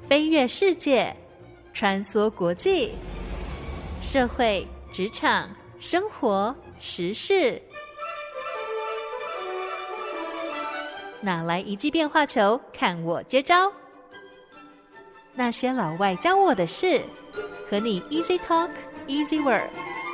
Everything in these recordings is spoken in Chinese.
飞跃世界，穿梭国际，社会、职场、生活、时事，哪来一记变化球？看我接招！那些老外教我的事，和你 Easy Talk Easy Work。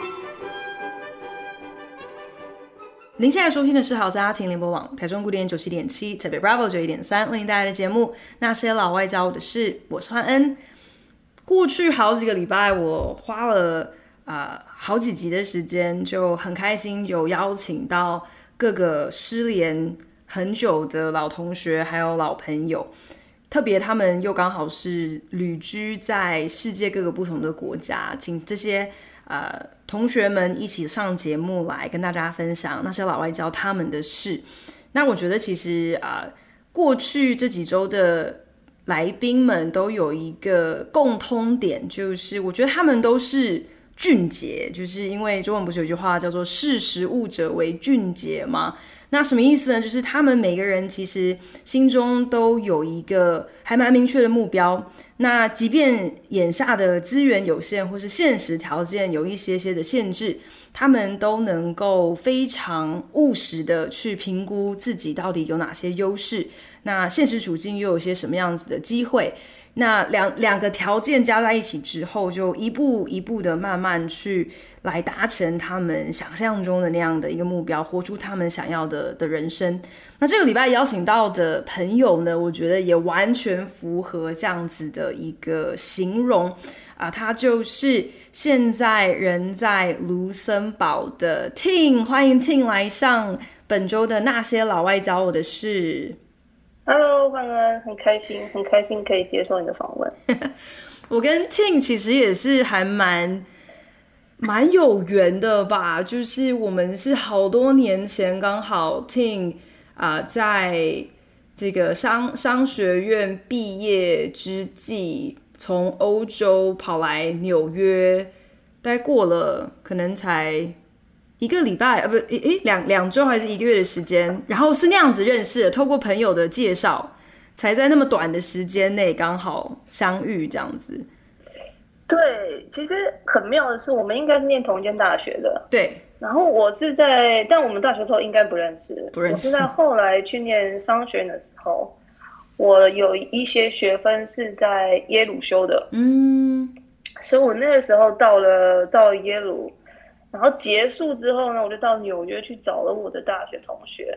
您现在收听的是好家庭联播网台中古典97.7，台北 Bravo 91.3，为您带来的节目《那些老外教我的事》，我是焕恩。过去好几个礼拜，我花了好几集的时间，就很开心有邀请到各个失联很久的老同学还有老朋友，特别他们又刚好是旅居在世界各个不同的国家，请这些同学们一起上节目来跟大家分享那些老外教他们的事。那我觉得其实过去这几周的来宾们都有一个共通点，就是我觉得他们都是俊杰，就是因为中文不是有句话叫做识时务者为俊杰吗？那什么意思呢？就是他们每个人其实心中都有一个还蛮明确的目标，那即便眼下的资源有限或是现实条件有一些些的限制，他们都能够非常务实的去评估自己到底有哪些优势，那现实处境又有些什么样子的机会，那两个条件加在一起之后，就一步一步的慢慢去来达成他们想象中的那样的一个目标，活出他们想要的人生。那这个礼拜邀请到的朋友呢，我觉得也完全符合这样子的一个形容他就是现在人在卢森堡的 Ting， 欢迎 Ting 来上本周的那些老外教我的事。 Hello， 焕恩，很开心可以接受你的访问。 我跟 Ting 其实也是还蛮有缘的吧，就是我们是好多年前刚好 Ting在这个商学院毕业之际，从欧洲跑来纽约，大概过了可能才一个礼拜两周还是一个月的时间，然后是那样子认识的，透过朋友的介绍，才在那么短的时间内刚好相遇这样子。 对，其实很妙的是，我们应该是念同一间大学的。 对。 然后我是但我们大学时候应该不认识。我是在后来去念商学院的时候，我有一些学分是在耶鲁修的。所以我那个时候到了耶鲁。然后结束之后呢，我就到纽约去找了我的大学同学。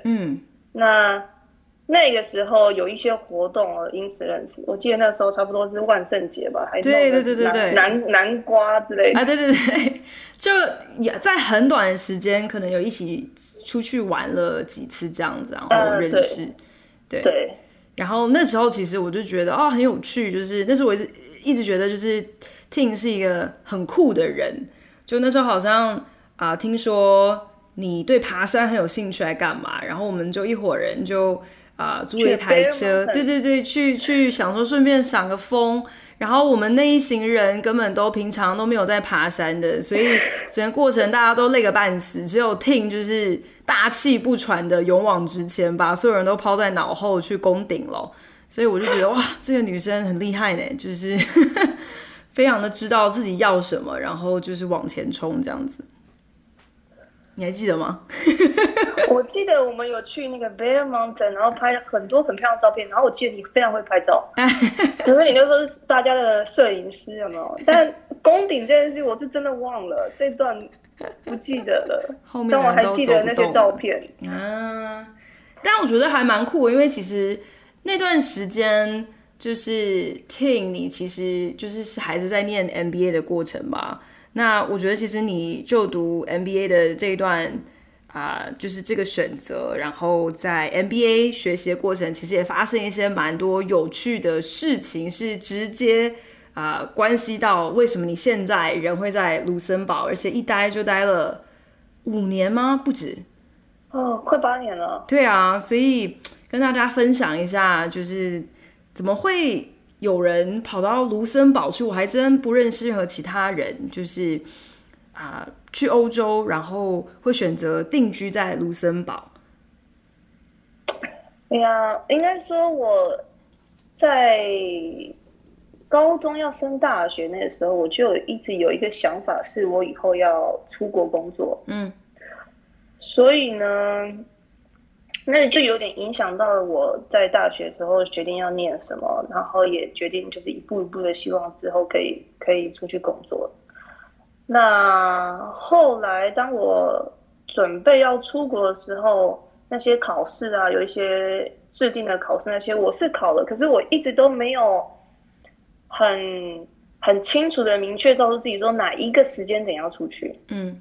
那个时候有一些活动因此认识。我记得那时候差不多是万圣节吧，还是对南瓜之类的对，就也在很短的时间，可能有一起出去玩了几次这样子，然后认识。对。然后那时候其实我就觉得很有趣，就是那时候我一直觉得就是 Ting 是一个很酷的人。就那时候好像听说你对爬山很有兴趣来干嘛，然后我们就一伙人就租了一台车，对，去想说顺便赏个风。然后我们那一行人根本都平常都没有在爬山的，所以整个过程大家都累个半死，只有 Ting 就是大气不喘的勇往直前，把所有人都抛在脑后去攻顶了。所以我就觉得哇，这个女生很厉害呢，就是非常的知道自己要什么，然后就是往前冲这样子。你还记得吗？ 我记得我们有去那个 Bear Mountain， 然后拍很多很漂亮的照片。然后我记得你非常会拍照，可是你那时候是大家的摄影师，有没有？但攻顶这件事我是真的忘了，这段不记得了。 后面但我还记得那些照片但我觉得还蛮酷的，因为其实那段时间就是 Ting 你其实就是还是在念 MBA 的过程吧。那我觉得其实你就读 MBA 的这一段就是这个选择，然后在 MBA 学习的过程其实也发生一些蛮多有趣的事情，是直接关系到为什么你现在人会在卢森堡，而且一待就待了5年吗？不止快8年了。 对啊，所以跟大家分享一下，就是怎么会有人跑到卢森堡去，我还真不认识任何其他人，就是去欧洲，然后会选择定居在卢森堡。 哎呀，应该说我在高中要升大学那个时候，我就一直有一个想法，是我以后要出国工作。所以呢，那就有点影响到了我在大学的时候决定要念什么，然后也决定就是一步一步的希望之后可以出去工作。那后来当我准备要出国的时候，那些考试啊，有一些制定的考试，那些我是考了，可是我一直都没有很清楚的明确告诉自己说哪一个时间点要出去。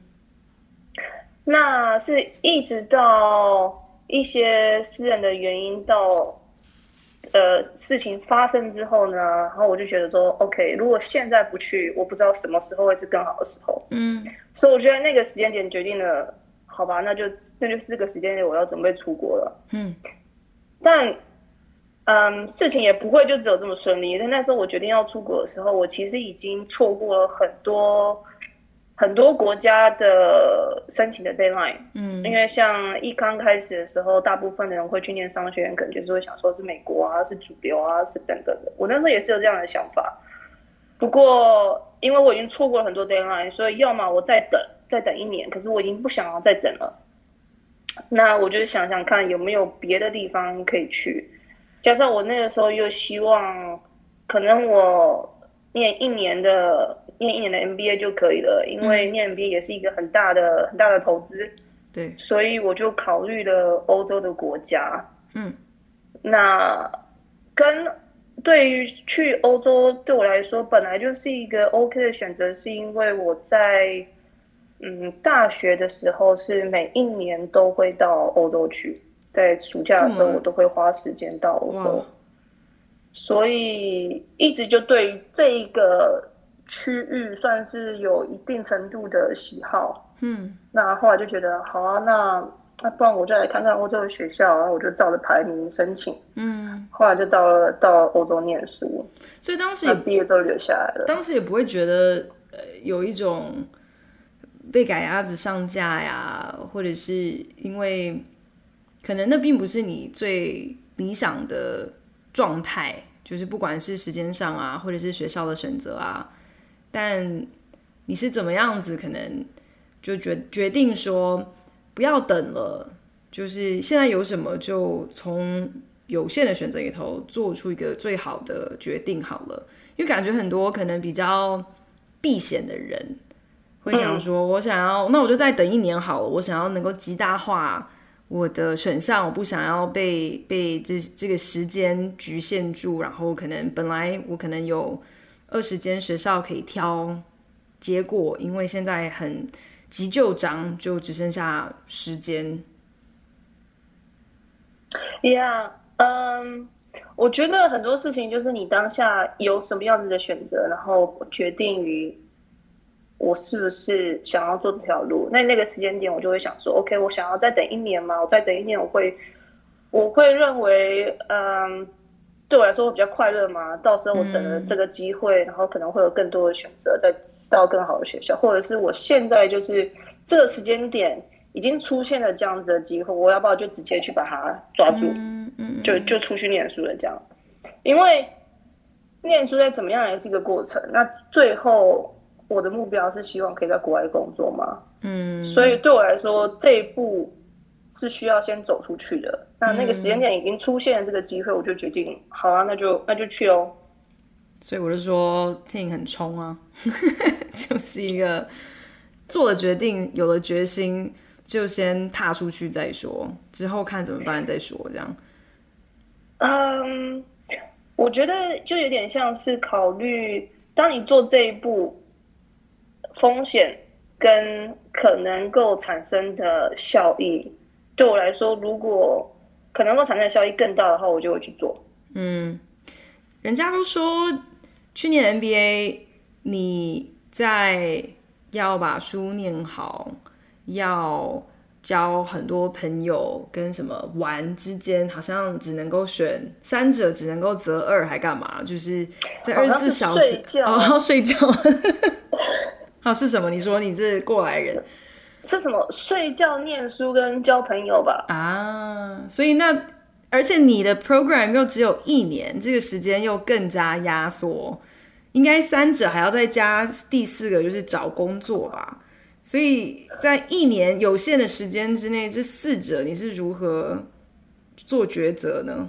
那是一直到一些私人的原因到事情发生之后呢，然后我就觉得说 OK， 如果现在不去，我不知道什么时候会是更好的时候。所以我觉得那个时间点决定了，好吧，那就是这个时间点我要准备出国了。但事情也不会就只有这么顺利。但那时候我决定要出国的时候，我其实已经错过了很多国家的申请的 deadline。因为像一刚开始的时候，大部分的人会去念商学院，可能就是会想说是美国啊，是主流啊，是等等的。我那时候也是有这样的想法。不过因为我已经错过了很多 deadline， 所以要么我再等1年，可是我已经不想要再等了。那我就想想看有没有别的地方可以去。加上我那个时候又希望，可能我念一年的 MBA 就可以了，因为念 MBA 也是一个很大的投资。 对， 所以我就考虑了欧洲的国家。那对于去欧洲对我来说本来就是一个 OK 的选择，是因为我在大学的时候是每一年都会到欧洲去，在暑假的时候我都会花时间到欧洲，所以一直就对于这一个区域算是有一定程度的喜好。那后来就觉得好啊，那不然我就来看看欧洲的学校，然后我就照着排名申请。后来就到欧洲念书， 所以当时也毕业之后留下来了。 当时也不会觉得有一种被赶鸭子上架呀，或者是因为可能那并不是你最理想的状态，就是不管是时间上啊，或者是学校的选择啊，但你是怎么样子可能就决定说不要等了，就是现在有什么就从有限的选择里头做出一个最好的决定好了。因为感觉很多可能比较避险的人会想说我想要那我就再等1年好了，我想要能够极大化我的选项，我不想要被这个时间局限住，然后可能本来我可能有20间学校可以挑，结果因为现在很急就章，就只剩下10间。 我觉得很多事情就是你当下有什么样子的选择，然后决定于我是不是想要做这条路。那个时间点我就会想说 OK， 我想要再等1年嘛，我再等1年我会认为对我来说会比较快乐嘛，到时候我等了这个机会，然后可能会有更多的选择，再到更好的学校，或者是我现在就是这个时间点已经出现了这样子的机会，我要不要就直接去把它抓住，就出去念书了这样。因为念书再怎么样也是一个过程，那最后我的目标是希望可以在国外工作嘛，所以对我来说这一步是需要先走出去的。那个时间点已经出现了这个机会，我就决定好啊，那就去咯。 所以我就说 Ting 很冲啊就是一个做了决定有了决心就先踏出去再说，之后看怎么办再说这样。 我觉得就有点像是考虑当你做这一步风险跟可能够产生的效益，对我来说如果可能够产生的效益更大的话，我就会去做。 人家都说去念 MBA 你在要把书念好，要交很多朋友跟什么玩之间好像只能够选3者，只能够择2还干嘛，就是在24小时睡觉好是什么？你说你这过来人是什么？睡觉、念书跟交朋友吧。 所以而且你的 program 又只有1年，这个时间又更加压缩， 应该三者还要再加第4个就是找工作吧。所以在1年有限的时间之内，这4者你是如何做抉择呢？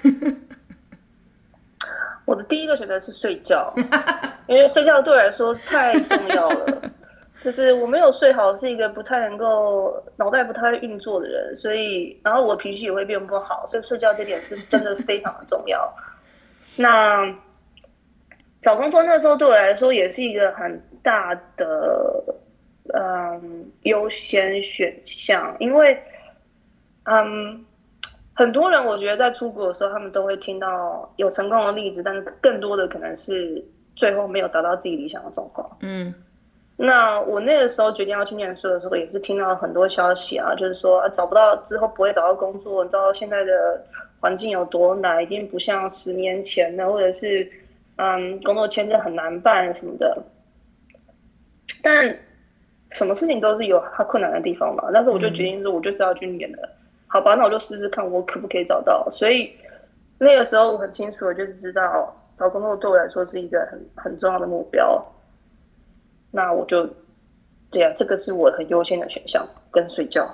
我的第一个选择是睡觉，因为睡觉对我来说太重要了。就是我没有睡好，是一个不太能够脑袋不太运作的人，所以然后我脾气也会变不好，所以睡觉这点是真的非常的重要。那找工作那时候对我来说也是一个很大的优先选项，因为很多人我觉得在出国的时候，他们都会听到有成功的例子，但是更多的可能是最后没有达到自己理想的状况。那我那个时候决定要去念书的时候，也是听到很多消息啊，就是说找不到之后不会找到工作，你知道现在的环境有多难，已经不像10年前了，或者是工作签证很难办什么的。但什么事情都是有它困难的地方嘛，但是我就决定说，我就是要去念的。好吧，那我就试试看我可不可以找到。所以那个时候我很清楚的就知道找工作对我来说是一个很重要的目标。那我就对啊，这个是我很优先的选项，跟睡觉。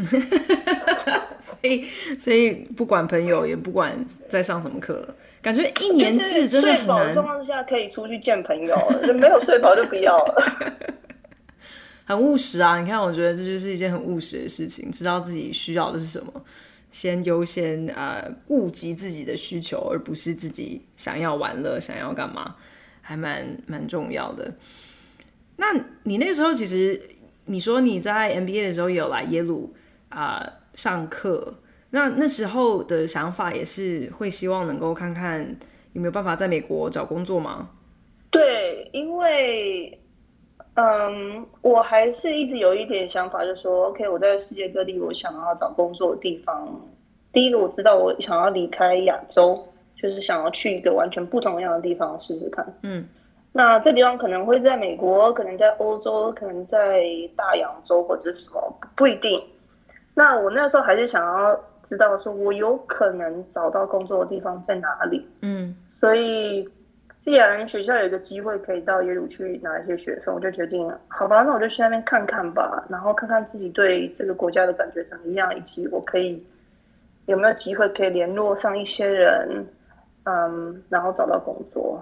所以不管朋友，也不管在上什么课了，感觉1年制真的很难。睡饱的状况下可以出去见朋友，没有睡饱就不要了。 很务实啊！你看，我觉得这就是一件很务实的事情，知道自己需要的是什么，先优先顾及自己的需求，而不是自己想要玩乐、想要干嘛，还蛮重要的。那你那时候其实你说你在 MBA 的时候也有来耶鲁上课，那时候的想法也是会希望能够看看有没有办法在美国找工作吗？ 对，因为我还是一直有一点想法，就是说 OK， 我在世界各地我想要找工作的地方，第一个我知道我想要离开亚洲，就是想要去一个完全不同样的地方试试看。那这地方可能会在美国，可能在欧洲，可能在大洋洲或者是什么，不一定。那我那时候还是想要知道说我有可能找到工作的地方在哪里。所以既然学校有一个机会可以到耶鲁去拿一些学分，我就决定了，好吧，那我就去那边看看吧，然后看看自己对这个国家的感觉怎么样，以及我可以有没有机会可以联络上一些人，然后找到工作。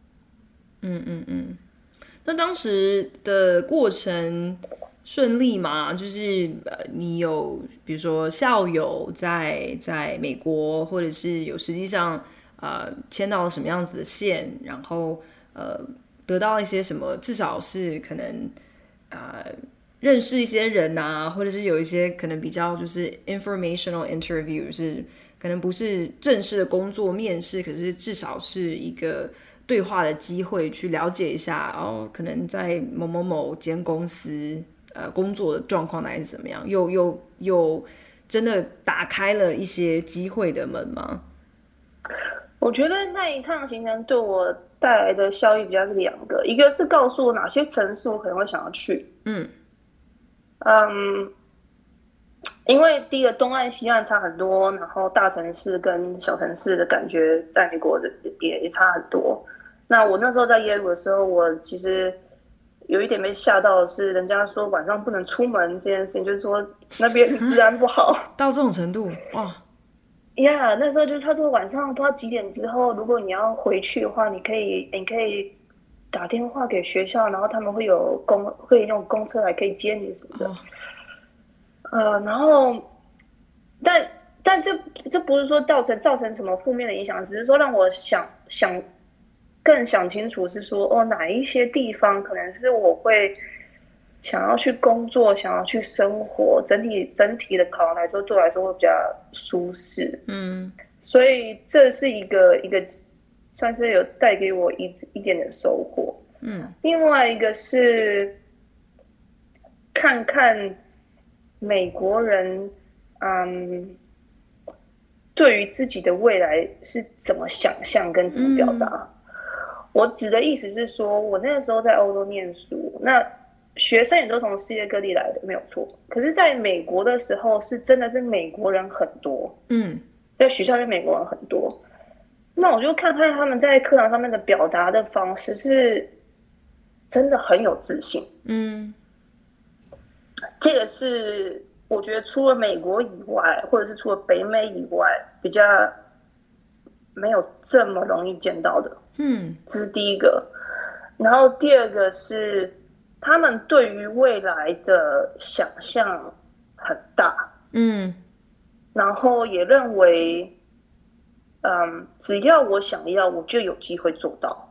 那当时的过程顺利吗？就是你有比如说校友在美国，或者是有实际上签到了什么样子的线，然后得到一些什么，至少是可能认识一些人啊，或者是有一些可能比较就是 informational interview， 是可能不是正式的工作面试，可是至少是一个对话的机会，去了解一下可能在某某某间公司工作的状况大概是怎么样，有真的打开了一些机会的门吗？ 我觉得那一趟行程对我带来的效益比较是2个，一个是告诉我哪些城市我可能会想要去。因为第一个东岸西岸差很多，然后大城市跟小城市的感觉在美国的也差很多。那我那时候在耶鲁的时候，我其实有一点被吓到的是，人家说晚上不能出门这件事情，就是说那边治安不好。 到这种程度哇！ 呀，那时候就是他说晚上不知道几点之后，如果你要回去的话，你可以打电话给学校，然后他们会用公车来可以接你什么的。然后，但这不是说造成什么负面的影响，只是说让我更想清楚是说哪一些地方可能是我会想要去工作，想要去生活，整体的考量来说，对我来说会比较舒适。所以这是一个算是有带给我一点的收获。另外一个是看看美国人对于自己的未来是怎么想象跟怎么表达。我指的意思是说，我那个时候在欧洲念书，那学生也都从世界各地来的，没有错。可是在美国的时候，是真的是美国人很多，在学校里美国人很多。那道，我就看看他们在课堂上面的表达的方式是真的很有自信。这个是我觉得除了美国以外，或者是除了北美以外，比较没有这么容易见到的。这是第一个。然后第二个是他们对于未来的想象很大。然后也认为只要我想要，我就有机会做到。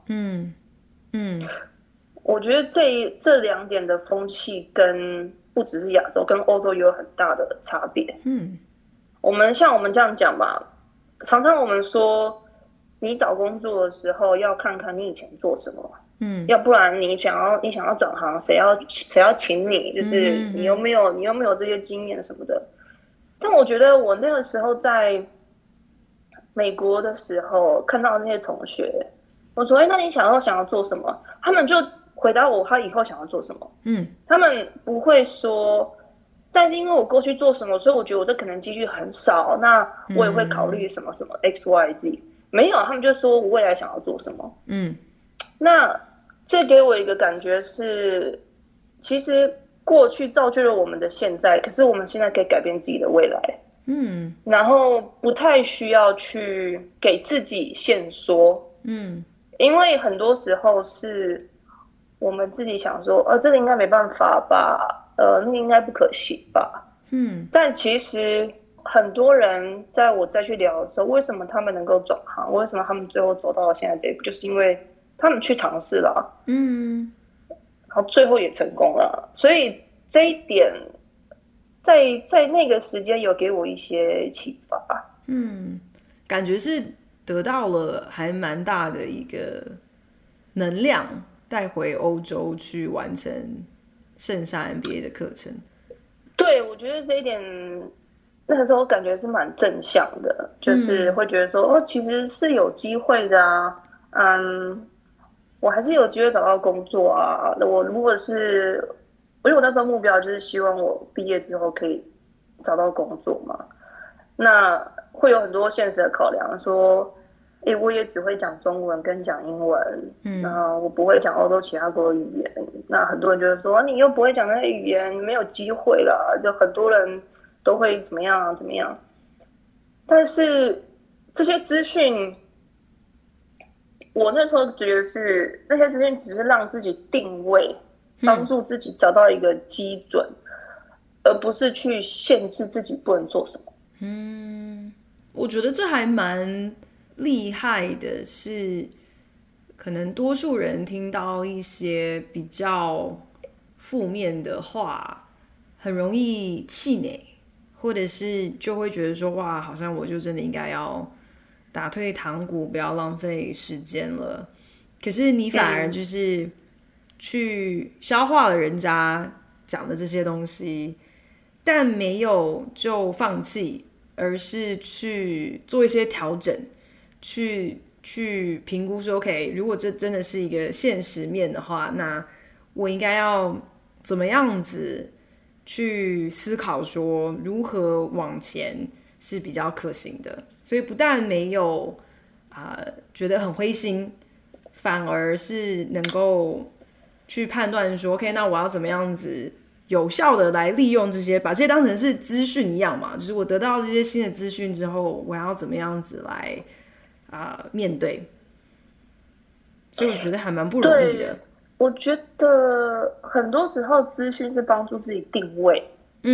我觉得这2点的风气跟不只是亚洲，跟欧洲也有很大的差别。像我们这样讲吧，常常我们说，你找工作的时候要看看你以前做什么。要不然你想要转行，谁要请你？就是你有没有这些经验什么的？但我觉得我那个时候在美国的时候，看到那些同学，我说：“那你想要做什么？”他们就回答我，他以后想要做什么。他们不会说，但是因为我过去做什么，所以我觉得我这可能几率很少，那我也会考虑什么什么 XYZ。没有，他们就说我未来想要做什么。那这给我一个感觉是，其实过去造就了我们的现在，可是我们现在可以改变自己的未来。然后不太需要去给自己限缩。因为很多时候是我们自己想说，这个应该没办法吧，那个应该不可行吧。但其实很多人在我再去聊的时候，为什么他们能够转行？为什么他们最后走到了现在这一步？就是因为他们去尝试了，然后最后也成功了。所以这一点，在那个时间有给我一些启发。 感觉是得到了还蛮大的一个能量，带回欧洲去完成剩下 MBA 的课程。 对，我觉得这一点那个时候感觉是蛮正向的，就是会觉得说，其实是有机会的啊。我还是有机会找到工作啊。我如果是，因为我那时候目标就是希望我毕业之后可以找到工作嘛，那会有很多现实的考量，说，我也只会讲中文跟讲英文，那我不会讲欧洲其他国的语言。那很多人就会说，你又不会讲那些语言，你没有机会啦。就很多人都会怎么样怎么样。但是这些资讯，我那时候觉得是那些资讯只是让自己定位，帮助自己找到一个基准，而不是去限制自己不能做什么。 我觉得这还蛮厉害的，是可能多数人听到一些比较负面的话，很容易气馁，或者是就会觉得说，哇，好像我就真的应该要打退堂鼓，不要浪费时间了。可是你反而就是去消化了人家讲的这些东西，但没有就放弃，而是去做一些调整，去评估说 OK， 如果这真的是一个现实面的话，那我应该要怎么样子去思考说如何往前是比较可行的。所以不但没有觉得很灰心，反而是能够去判断说 OK， 那我要怎么样子有效的来利用这些，把这些当成是资讯一样嘛，就是我得到这些新的资讯之后，我要怎么样子来面对。所以我觉得还蛮不容易的。 我觉得很多时候资讯是帮助自己定位。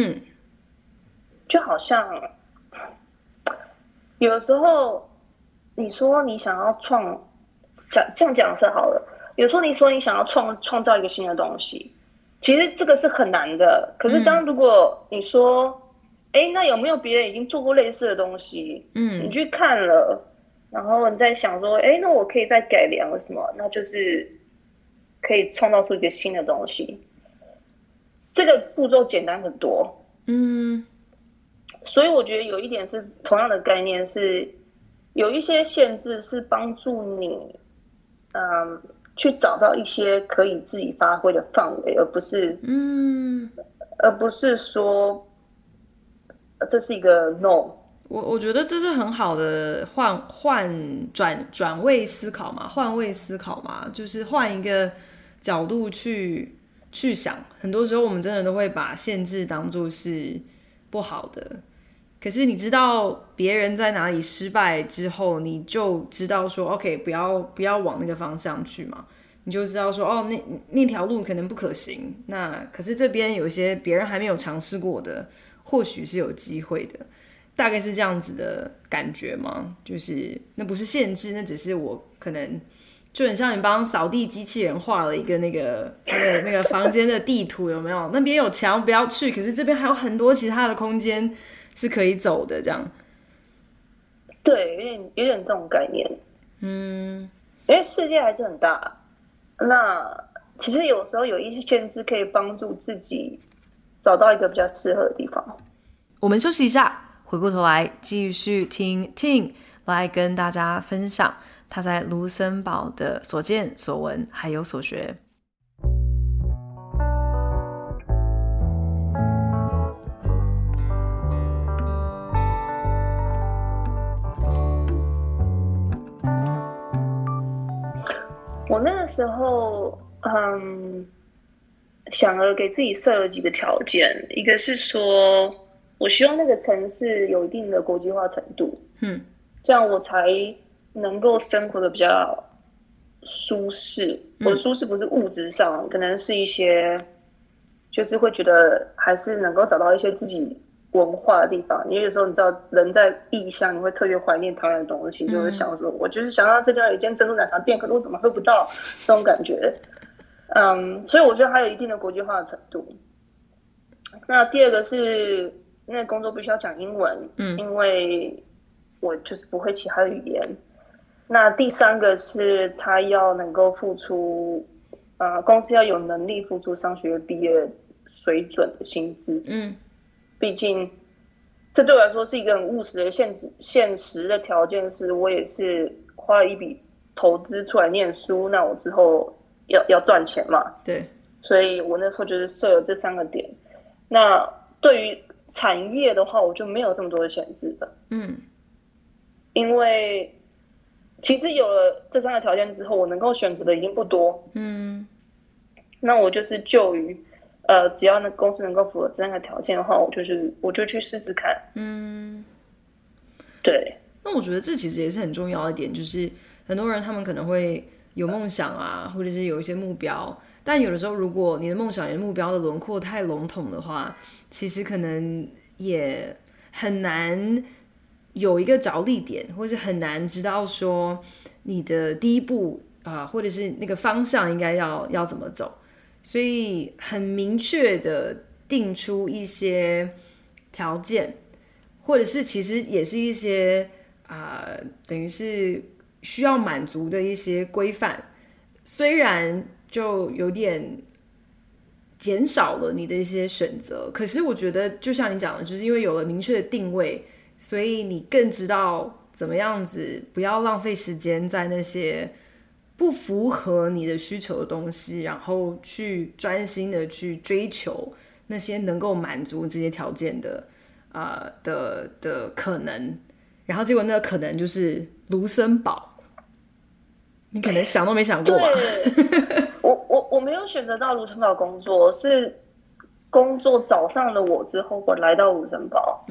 就好像有时候你说你想要这样讲是好了，有时候你说你想要创造一个新的东西，其实这个是很难的。可是如果你说那有没有别人已经做过类似的东西，你去看了，然后你在想说那我可以再改良什么，那就是可以创造出一个新的东西。这个步骤简单很多。所以我觉得有一点是同样的概念，是有一些限制是帮助你去找到一些可以自己发挥的范围，而不是说这是一个 no。 我觉得这是很好的转位思考嘛，换位思考嘛，就是换一个角度去想。很多时候我们真的都会把限制当作是不好的，可是你知道别人在哪里失败之后，你就知道说 OK 不要往那个方向去嘛，你就知道说哦那条路可能不可行，那可是这边有一些别人还没有尝试过的，或许是有机会的。大概是这样子的感觉吗？就是那不是限制，那只是我可能就很像你帮扫地机器人画了一个那个房间的地图，有没有？那边有墙不要去，可是这边还有很多其他的空间是可以走的，这样。 对，有点这种概念。因为世界还是很大，那其实有时候有一些限制可以帮助自己找到一个比较适合的地方。 我们休息一下。回过头来继续听 Ting 来跟大家分享他在卢森堡的所见所闻还有所学。 我那个时候想了给自己设了几个条件，一个是说我希望那个城市有一定的国际化程度，这样我才能够生活的比较舒适。我的舒适不是物质上，可能是一些，就是会觉得还是能够找到一些自己文化的地方。因为有时候你知道，人在异乡，你会特别怀念台湾的东西，就会想说，我就是想要这地方有一间珍珠奶茶店，可是我怎么喝不到？这种感觉。所以我觉得还有一定的国际化的程度。那第二个是。那个工作必须要讲英文，因为我就是不会其他的语言。那第三个是他要能够付出，公司要有能力付出商学毕业水准的薪资。毕竟这对我来说是一个很务实的现实的条件，是我也是花了一笔投资出来念书，那我之后要赚钱嘛。 对， 所以我那时候就是设了这3个点。那对于产业的话，我就没有这么多的限制了。因为其实有了这3个条件之后，我能够选择的已经不多。那我就是就于只要那公司能够符合这3个条件的话，我就去试试看。对。 那我觉得这其实也是很重要的一点，就是很多人他们可能会有梦想啊，或者是有一些目标，但有的时候如果你的梦想、你的目标的轮廓太笼统的话，其实可能也很难有一个着力点，或是很难知道说你的第一步或者是那个方向应该要怎么走。所以很明确的定出一些条件，或者是其实也是一些等于是需要满足的一些规范，虽然就有点减少了你的一些选择，可是我觉得就像你讲的，就是因为有了明确的定位，所以你更知道怎么样子不要浪费时间在那些不符合你的需求的东西，然后去专心的去追求那些能够满足这些条件的可能，然后结果那个可能就是卢森堡，你可能想都没想过吧？ 我没有选择到卢森堡工作，是工作找上了我之后，我来到卢森堡。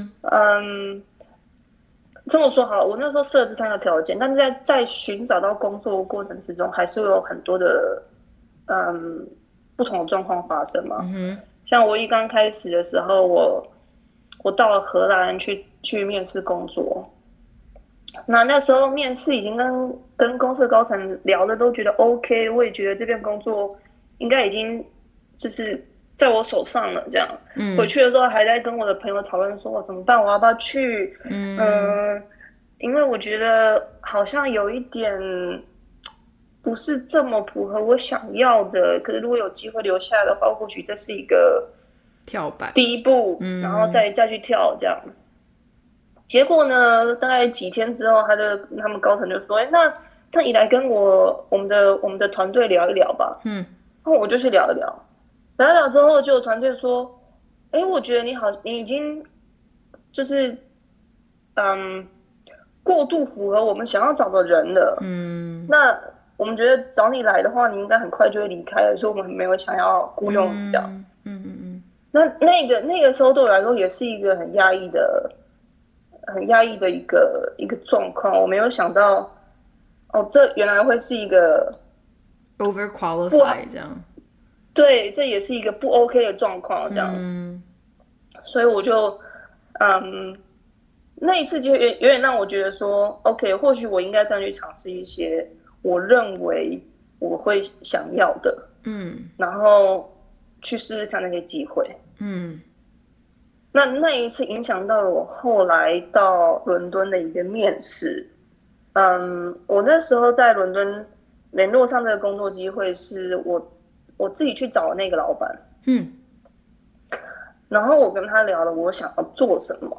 这么说好了，我那时候设置3个条件，但是在寻找到工作的过程之中，还是会有很多的不同的状况发生嘛。像我刚开始的时候，我到了荷兰去面试工作，那时候面试已经跟公司的高层聊的都觉得 OK， 我也觉得这边工作应该已经就是在我手上了，这样。回去的时候还在跟我的朋友讨论说怎么办，我要不要去？因为我觉得好像有一点不是这么符合我想要的，可是如果有机会留下来的话，或许这是一个跳板第一步，然后再去跳这样。结果呢，大概几天之后，他们高层就说：“那你来跟我们的团队聊一聊吧。”然后我就去聊一聊，聊一聊之后，就团队说：“我觉得你已经就是过度符合我们想要找的人了。那我们觉得找你来的话，你应该很快就会离开了，所以我们没有想要雇佣你这样。那个时候对我来说也是一个很压抑的一个状况。我没有想到，这原来会是一个 overqualified 这样。 对，这也是一个不 OK 的状况这样。所以我就那一次就有点让我觉得说 OK， 或许我应该这样去尝试一些我认为我会想要的，然后去试试看那些机会。那一次影响到了我后来到伦敦的一个面试。我那时候在伦敦联络上这个工作机会是我自己去找的那个老板。然后我跟他聊了我想要做什么。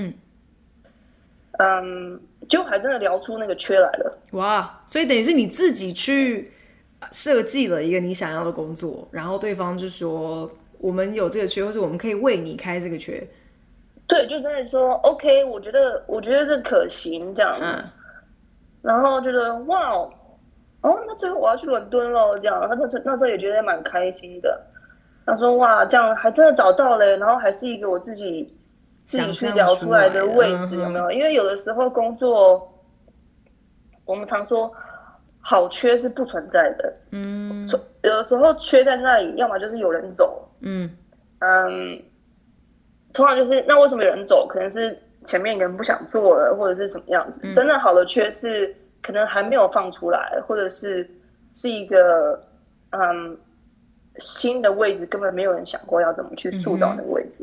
结果还真的聊出那个缺来了。 哇！所以等于是你自己去设计了一个你想要的工作，然后对方就说我们有这个缺，或者我们可以为你开这个缺。 对，就真的说 OK， 我觉得这可行这样。然后觉得哇那最后我要去伦敦了这样。他那时候也觉得蛮开心的。他说哇，这样还真的找到了，然后还是一个我自己去聊出来的位置，有没有？因为有的时候工作，我们常说好缺是不存在的。有的时候缺在那里，要么就是有人走。通常就是那为什么有人走？可能是前面一个人不想做了，或者是什么样子。真的好的缺是可能还没有放出来，或者是一个新的位置，根本没有人想过要怎么去塑造那个位置。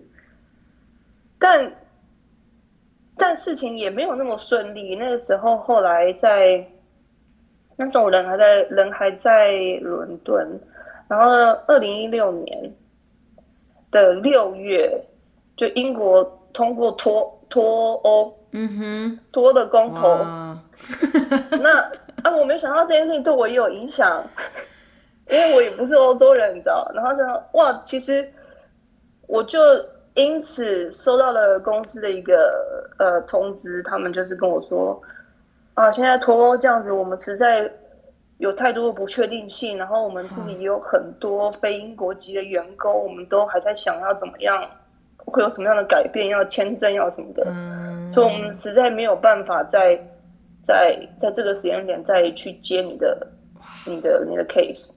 但事情也没有那么顺利。那个时候后来那时候我人还在伦敦，然后2016年的6月，就英国通过脱欧，脱的公投。那我没有想到这件事情对我也有影响，因为我也不是欧洲人，你知道。然后想哇，其实我就因此收到了公司的一个通知，他们就是跟我说现在脱欧这样子，我们实在有太多的不确定性，然后我们自己也有很多非英国籍的员工，我们都还在想要怎么样，会有什么样的改变，要签证要什么的。所以我们实在没有办法在这个时间点再去接你的 case。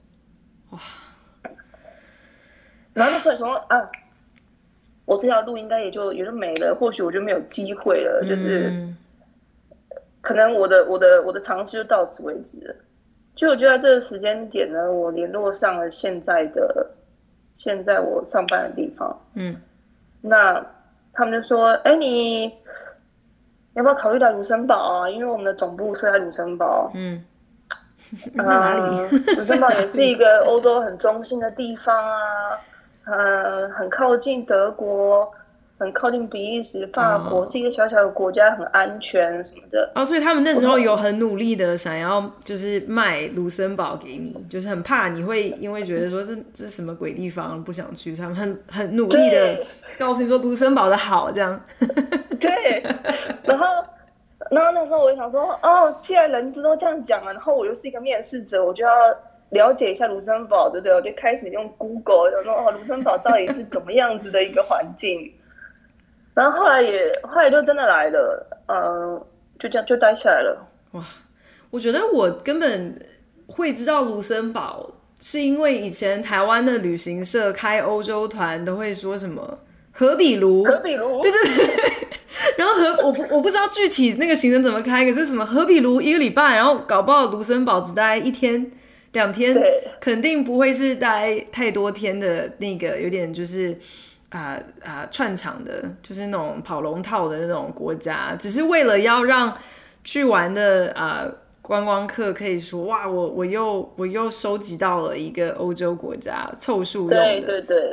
然后那时候说我这条路应该也就没了，或许我就没有机会了，就是可能我的尝试就到此为止了。就我觉得这个时间点呢，我联络上了现在我上班的地方。那他们就说你要不要考虑来卢森堡啊？因为我们的总部设在卢森堡。 哪里？ 卢森堡也是一个欧洲很中心的地方啊。很靠近德国，很靠近比利时、法国，是一个小小的国家，很安全什么的。 所以他们那时候有很努力的想要就是卖卢森堡给你，就是很怕你会因为觉得说这是什么鬼地方不想去，他们很努力的告诉你说卢森堡的好这样。 对，然后那时候我就想说既然人资都这样讲了，然后我又是一个面试者，我就要了解一下卢森堡，对不对？我就开始用 Google， 然后卢森堡到底是怎么样子的一个环境。然后后来就真的来了，就这样就待下来了。 哇，我觉得我根本会知道卢森堡，是因为以前台湾的旅行社开欧洲团都会说什么荷比卢， 对。 然后我不知道具体那个行程怎么开，可是什么荷比卢1个礼拜，然后搞不好卢森堡只待1天2天，肯定不会是待太多天的那个，有点就是串场的，就是那种跑龙套的那种国家，只是为了要让去玩的观光客可以说哇，我又收集到了一个欧洲国家，凑数用的。 对。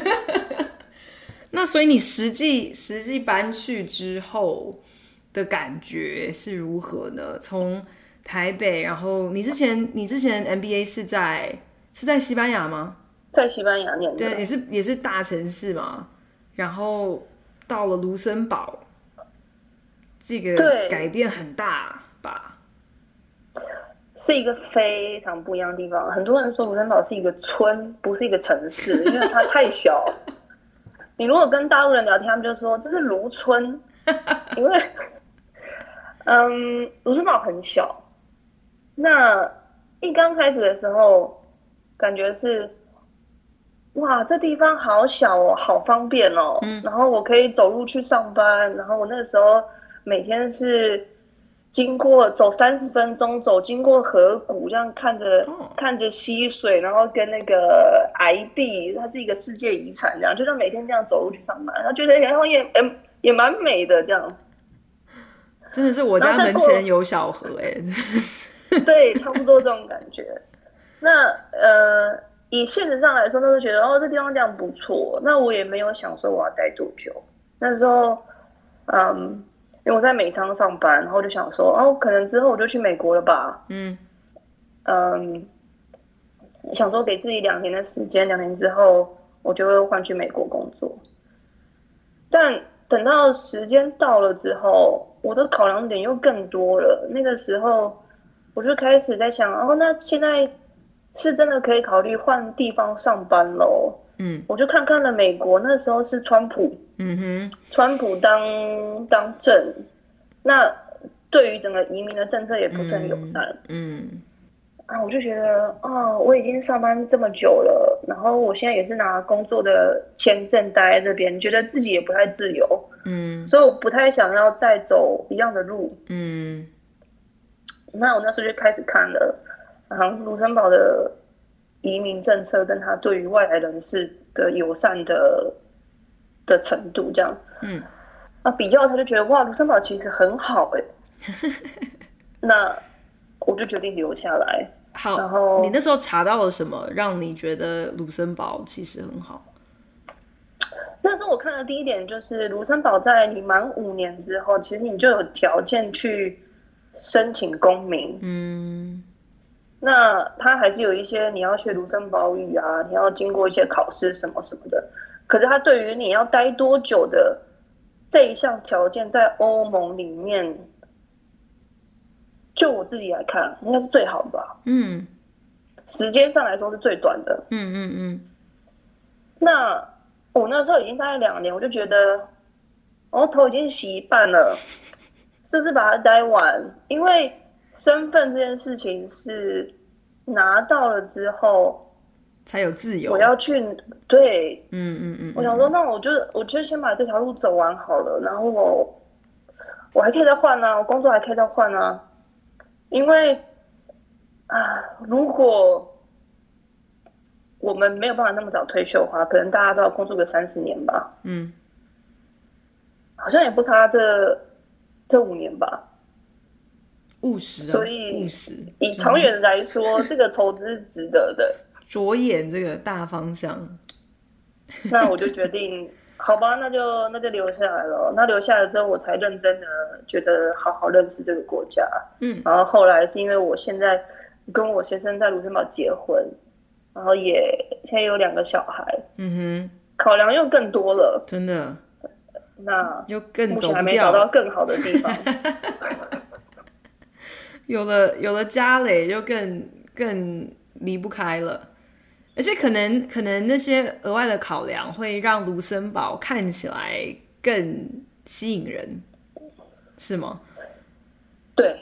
那所以你实际搬去之后的感觉是如何呢？从台北，然后你之前 MBA 是在西班牙吗？ 在西班牙念的。 对，也是大城市嘛。然后到了卢森堡， 这个改变很大吧？ 是一个非常不一样的地方。很多人说卢森堡是一个村，不是一个城市，因为它太小。你如果跟大陆人聊天，他们就说这是卢村，因为卢森堡很小。那一刚开始的时候，感觉是哇，这地方好小哦，好方便哦。然后我可以走路去上班，然后我那个时候每天是经过走30分钟，经过河谷，这样看着溪水，然后跟那个崖壁，它是一个世界遗产，这样就像每天这样走路去上班，然后觉得然后也蛮美的，这样。 真的是我家门前有小河对，差不多这种感觉。那以现实上来说，那就觉得这地方这样不错。那我也没有想说我要待多久。那时候，因为我在美商上班，然后就想说，可能之后我就去美国了吧。想说给自己2年的时间，2年之后我就会换去美国工作。但等到时间到了之后，我的考量点又更多了。那个时候我就开始在想，那现在是真的可以考虑换地方上班咯。我就看了美国，那时候是川普，川普当政，那对于整个移民的政策也不是很友善。我就觉得我已经上班这么久了，然后我现在也是拿工作的签证待在这边，觉得自己也不太自由，所以我不太想要再走一样的路。那我那时候就开始看了，卢森堡的移民政策跟他对于外来人士的友善的程度，这样，比较他就觉得哇，卢森堡其实很好那我就决定留下来。 好， 然后你那时候查到了什么，让你觉得卢森堡其实很好？ 那时候我看的第一点就是卢森堡在你满5年之后，其实你就有条件去申请公民。那他还是有一些你要学卢森堡语啊，你要经过一些考试什么什么的。可是他对于你要待多久的这一项条件，在欧盟里面，就我自己来看，应该是最好的吧。时间上来说是最短的。那我那时候已经待了2年，我就觉得，头已经洗一半了，是不是把它待完？因为身份这件事情是拿到了之后才有自由。 我要去，对，我想说，那我就先把这条路走完好了，然后我还可以再换啊，我工作还可以再换啊。因为如果我们没有办法那么早退休的话，可能大家都要工作个30年吧。好像也不差这5年吧。 务实， 所以务实。 以长远来说，这个投资是值得的。 着眼这个大方向。 那我就决定，好吧，那就留下来了。那留下来之后，我才认真的觉得好好认识这个国家。然后后来是因为我现在跟我先生在卢森堡结婚，然后现在有2个小孩。考量又更多了， 真的。 那又更目前还没找到更好的地方。 有了家累，就更离不开了。而且可能那些额外的考量会让卢森堡看起来更吸引人，是吗？ 对，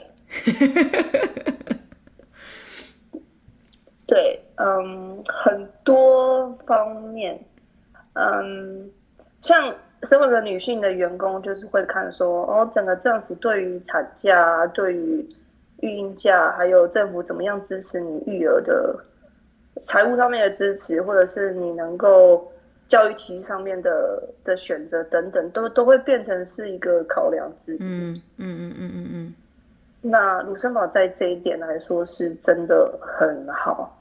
对，很多方面，像身为一个女性的员工，就是会看说，整个政府对于产假、对于育婴假，还有政府怎么样支持你育儿的财务上面的支持，或者是你能够教育体系上面的选择等等，都会变成是一个考量之一。那卢森堡在这一点来说是真的很好。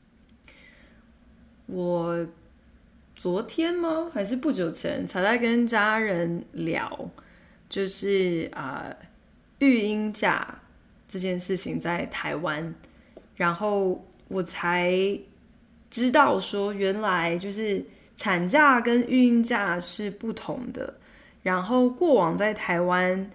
我昨天吗？还是不久前才在跟家人聊，就是育婴假这件事情在台湾，然后我才知道说，原来就是产假跟育婴假是不同的。然后过往在台湾，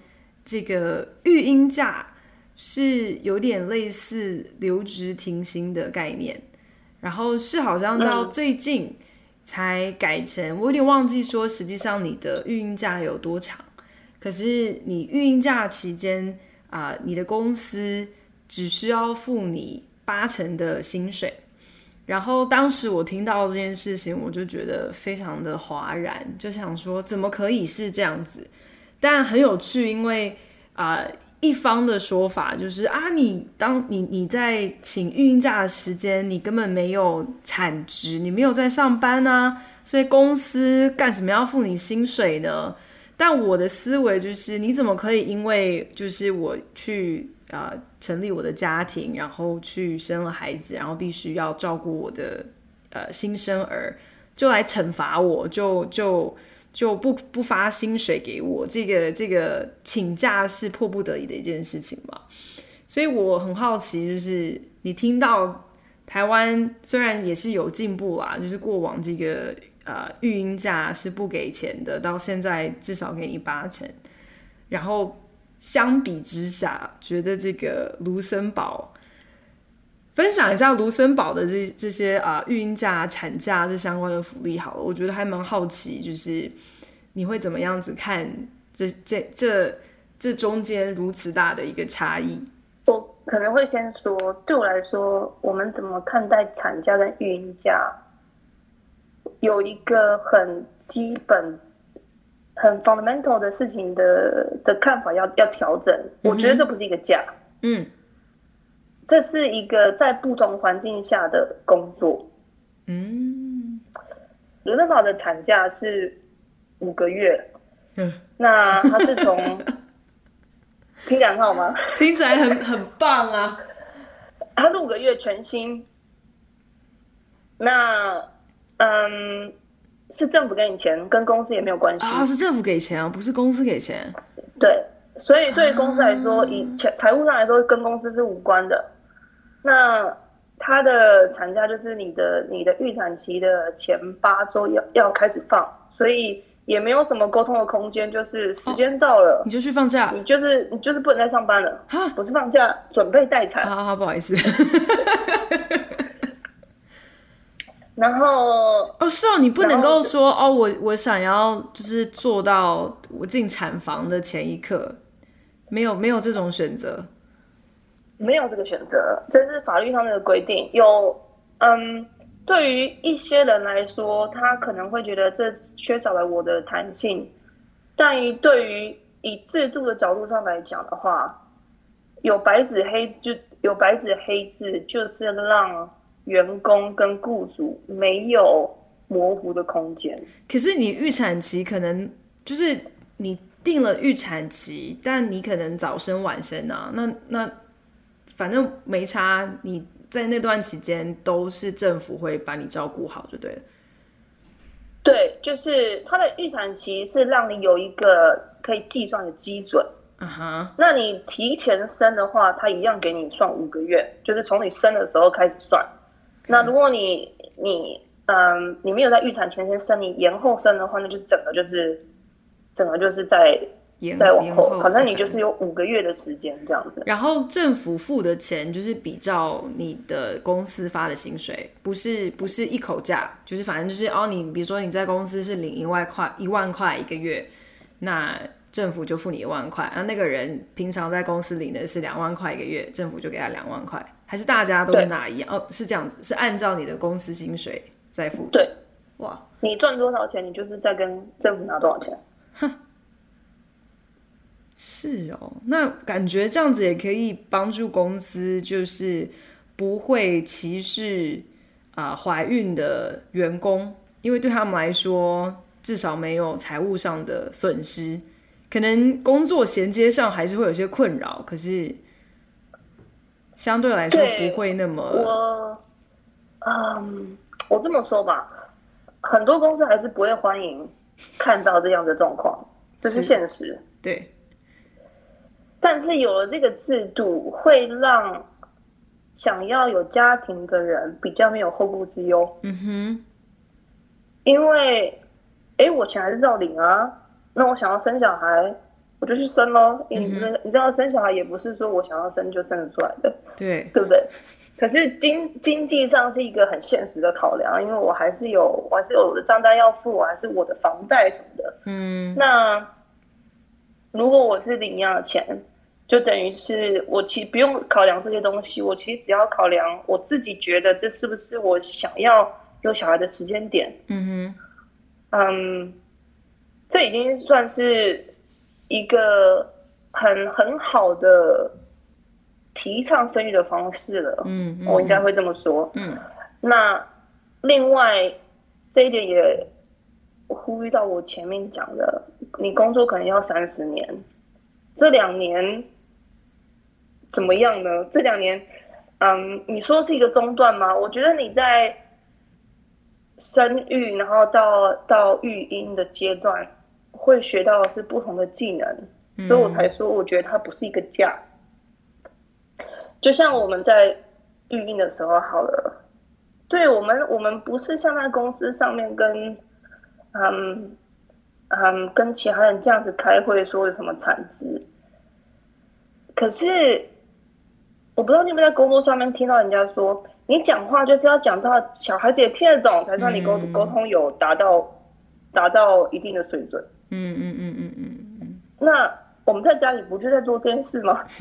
这个育婴假是有点类似留职停薪的概念，然后是好像到最近才改成，我有点忘记说实际上你的育婴假有多长，可是你育婴假期间你的公司只需要付你80%的薪水。然后当时我听到这件事情，我就觉得非常的哗然，就想说怎么可以是这样子？但很有趣，因为一方的说法就是你在请育婴假的时间，你根本没有产值，你没有在上班啊，所以公司干什么要付你薪水呢？但我的思维就是，你怎么可以因为就是我去成立我的家庭，然后去生了孩子，然后必须要照顾我的新生儿，就来惩罚我，就不发薪水给我？这个请假是迫不得已的一件事情嘛。所以我很好奇，就是你听到台湾虽然也是有进步啦，就是过往这个育婴假是不给钱的，到现在至少给你80%，然后相比之下，觉得这个卢森堡，分享一下卢森堡的这些育婴假、产假这相关的福利好了。我觉得还蛮好奇，就是你会怎么样子看这中间如此大的一个差异？ 我可能会先说，对我来说，我们怎么看待产假跟育婴假，有一个很基本、很 fundamental 的事情的看法要调整。我觉得这不是一个假，这是一个在不同环境下的工作。卢森堡的产假是5个月，那它是从听起来很好吗？ 听起来很棒啊！ 它是5个月全薪，那是政府给你钱，跟公司也没有关系是政府给钱啊，不是公司给钱。 对，所以对于公司来说，以财务上来说，跟公司是无关的。那它的产假就是你的预产期的前8周要开始放，所以也没有什么沟通的空间，就是时间到了， 你就去放假， 你就是不能再上班了，不是放假，准备待产。 好，不好意思。 然后是哦，你不能够说我想要就是做到我进产房的前一刻，没有这种选择， 没有这个选择，这是法律上面的规定。对于一些人来说，他可能会觉得这缺少了我的弹性，但对于以制度的角度上来讲的话，有白纸黑字，就是让员工跟雇主没有模糊的空间。 可是你预产期可能就是你定了预产期，但你可能早生晚生啊，那反正没差，你在那段期间都是政府会把你照顾好就对了。 对，就是它的预产期是让你有一个可以计算的基准。那你提前生的话，它一样给你算5个月，就是从你生的时候开始算。那如果你没有在预产前先生，你延后生的话，那就整个就是再往后，反正你就是有5个月的时间这样子。 然后政府付的钱就是比照你的公司发的薪水，不是一口价，就是反正就是你比如说你在公司是领1万块一个月，那政府就付你1万块，那个人平常在公司领的是2万块一个月，政府就给他2万块，还是大家都是拿一样？是这样子，是按照你的公司薪水在付的。 对， 哇， 你赚多少钱，你就是在跟政府拿多少钱。 是哦，那感觉这样子也可以帮助公司，就是不会歧视怀孕的员工，因为对他们来说，至少没有财务上的损失。可能工作衔接上还是会有些困扰，可是相对来说不会那么。 我这么说吧，很多公司还是不会欢迎看到这样的状况，这是现实。 对。 但是有了这个制度，会让想要有家庭的人比较没有后顾之忧。因为我钱还是照领啊，那我想要生小孩， 我就去生咯。你知道生小孩也不是说我想要生就生得出来的， 对不对？可是经济上是一个很现实的考量，因为我还是有我的账单要付，我还是我的房贷什么的。那如果我是领一样的钱，就等于是我其实不用考量这些东西，我其实只要考量我自己觉得这是不是我想要有小孩的时间点。这已经算是一个很好的提倡生育的方式了。我应该会这么说。那另外这一点也呼吁到我前面讲的，你工作可能要30年，这2年怎么样呢？这2年，你说是一个中断吗？我觉得你在生育，然后到育婴的阶段，会学到的是不同的技能，所以我才说，我觉得它不是一个假。就像我们在育婴的时候，好了，对我们不是像在公司上面跟其他人这样子开会说有什么产值，可是我不知道你有没有在工作上面听到人家说，你讲话就是要讲到小孩子也听得懂，才算你沟通有达到一定的水准。那我们在家里不就在做这件事吗？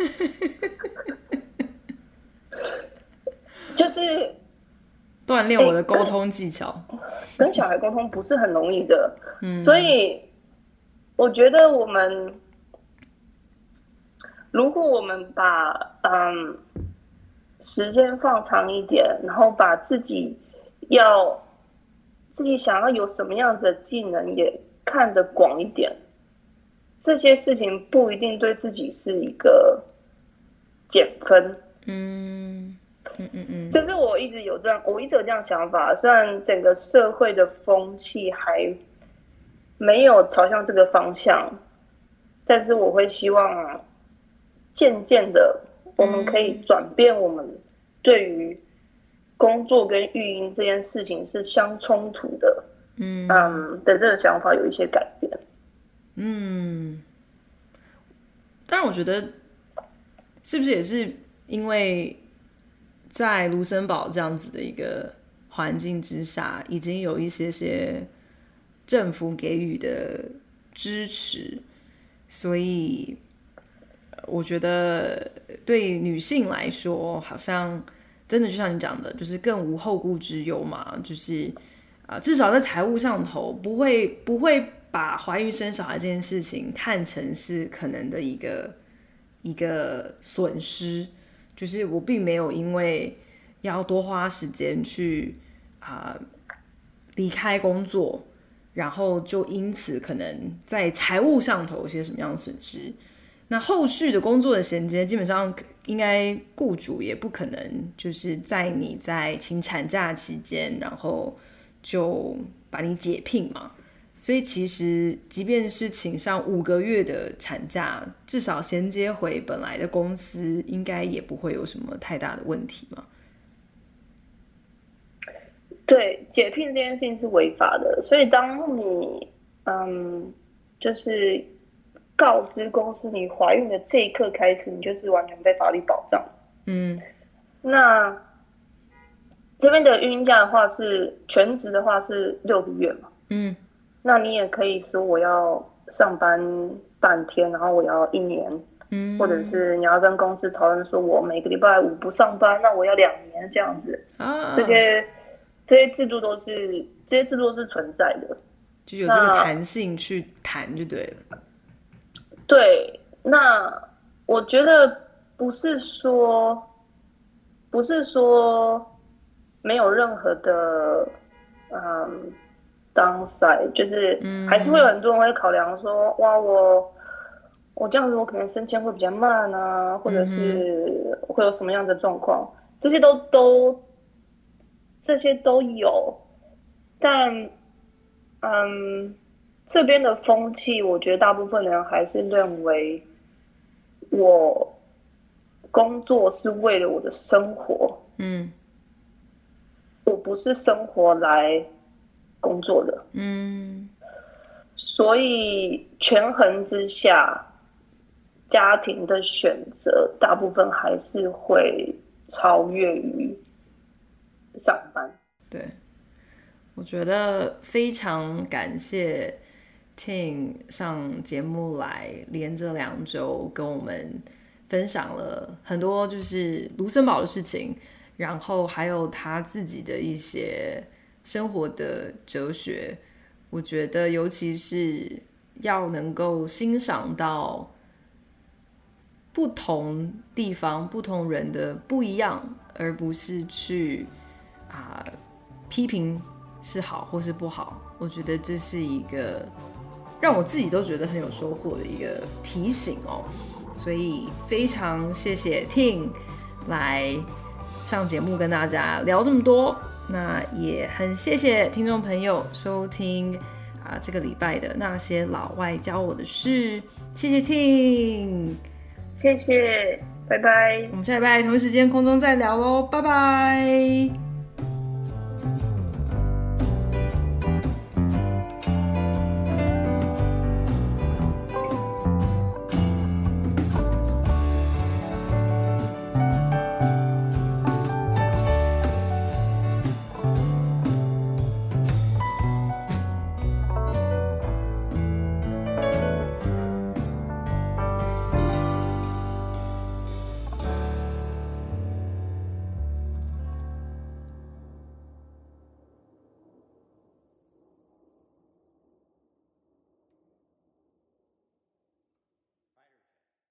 就是锻炼我的沟通技巧。 跟小孩沟通不是很容易的，所以我觉得如果我们把时间放长一点，然后把自己想要有什么样子的技能也看得广一点，这些事情不一定对自己是一个减分。就是我一直有这样想法，虽然整个社会的风气还没有朝向这个方向，但是我会希望渐渐的我们可以转变我们对于工作跟育婴这件事情是相冲突的，的这个想法有一些改变。 当然我觉得是不是也是因为在卢森堡这样子的一个环境之下，已经有一些政府给予的支持，所以我觉得对女性来说，好像真的就像你讲的，就是更无后顾之忧嘛，就是至少在财务上头不会把怀孕生小孩这件事情看成是可能的一个损失。就是我并没有因为要多花时间去离开工作，然后就因此可能在财务上头有些什么样的损失。那后续的工作的衔接，基本上应该雇主也不可能就是在你在请产假期间，然后就把你解聘嘛。所以其实即便是请上5个月的产假，至少衔接回本来的公司，应该也不会有什么太大的问题嘛。 对，解聘这件事情是违法的，所以当你就是告知公司你怀孕的这一刻开始，你就是完全被法律保障。那这边的育婴假的话是全职的话是6个月嘛。那你也可以说我要上班半天，然后我要1年，或者是你要跟公司讨论说我每个礼拜5不上班，那我要2年这样子。这些制度都是存在的， 就有这个弹性去谈就对了。 对，那我觉得不是说没有任何的downside， 就是还是会有很多人会考量说，哇，我这样子我可能升迁会比较慢啊，或者是会有什么样的状况，这些都有，但这边的风气，我觉得大部分人还是认为我工作是为了我的生活，我不是生活来工作的。 所以权衡之下，家庭的选择大部分还是会超越于上班。 对，我觉得非常感谢 Ting 上节目来，连着2周跟我们分享了很多就是卢森堡的事情，然后还有他自己的一些生活的哲学。我觉得尤其是要能够欣赏到不同地方不同人的不一样，而不是去批评是好或是不好。我觉得这是一个让我自己都觉得很有收获的一个提醒哦。所以非常谢谢 Ting 来上节目跟大家聊这么多，那也很谢谢听众朋友收听这个礼拜的那些老外教我的事。谢谢 Ting， 谢谢，拜拜。 我们下礼拜同一时间空中再聊咯，拜拜。